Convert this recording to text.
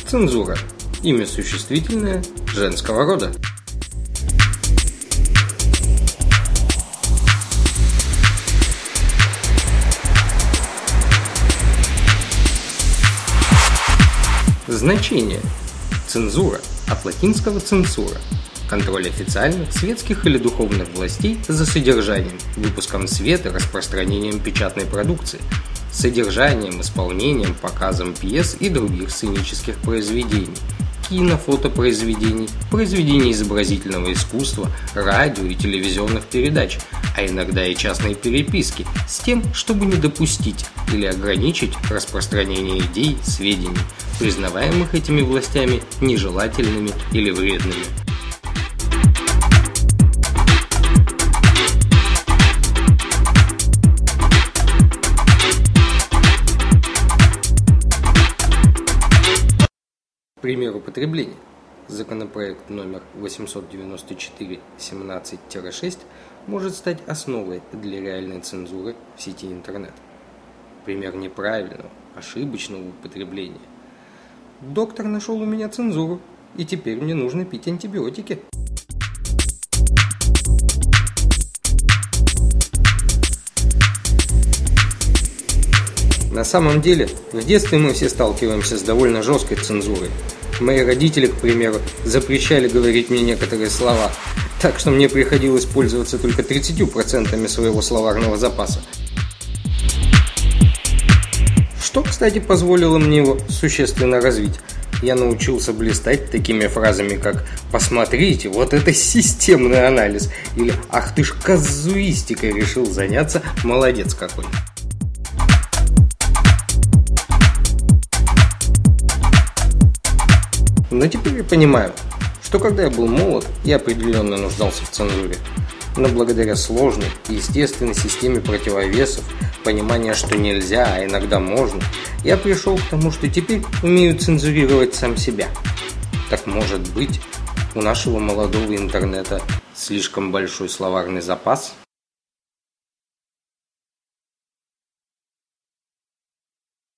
Цензура. Имя существительное женского рода. Значение. Цензура от латинского ценсура. Контроль официальных, светских или духовных властей за содержанием, выпуском в свет и распространением печатной продукции, содержанием, исполнением, показом пьес и других сценических произведений, кино-фотопроизведений, произведений изобразительного искусства, радио и телевизионных передач, а иногда и частной переписки, с тем, чтобы не допустить или ограничить распространение идей, сведений, признаваемых этими властями нежелательными или вредными. Пример употребления. Законопроект номер 894/17-6 может стать основой для реальной цензуры в сети интернет. Пример неправильного, ошибочного употребления. Доктор нашел у меня цензуру, и теперь мне нужно пить антибиотики. На самом деле, в детстве мы все сталкиваемся с довольно жесткой цензурой. Мои родители, к примеру, запрещали говорить мне некоторые слова, так что мне приходилось пользоваться только 30% своего словарного запаса. Что, кстати, позволило мне его существенно развить. Я научился блистать такими фразами, как «посмотрите, вот это системный анализ» или «ах ты ж казуистикой решил заняться, молодец какой». Но теперь я понимаю, что когда я был молод, я определенно нуждался в цензуре. Но благодаря сложной и естественной системе противовесов, понимания, что нельзя, а иногда можно, я пришел к тому, что теперь умею цензурировать сам себя. Так может быть, у нашего молодого интернета слишком большой словарный запас?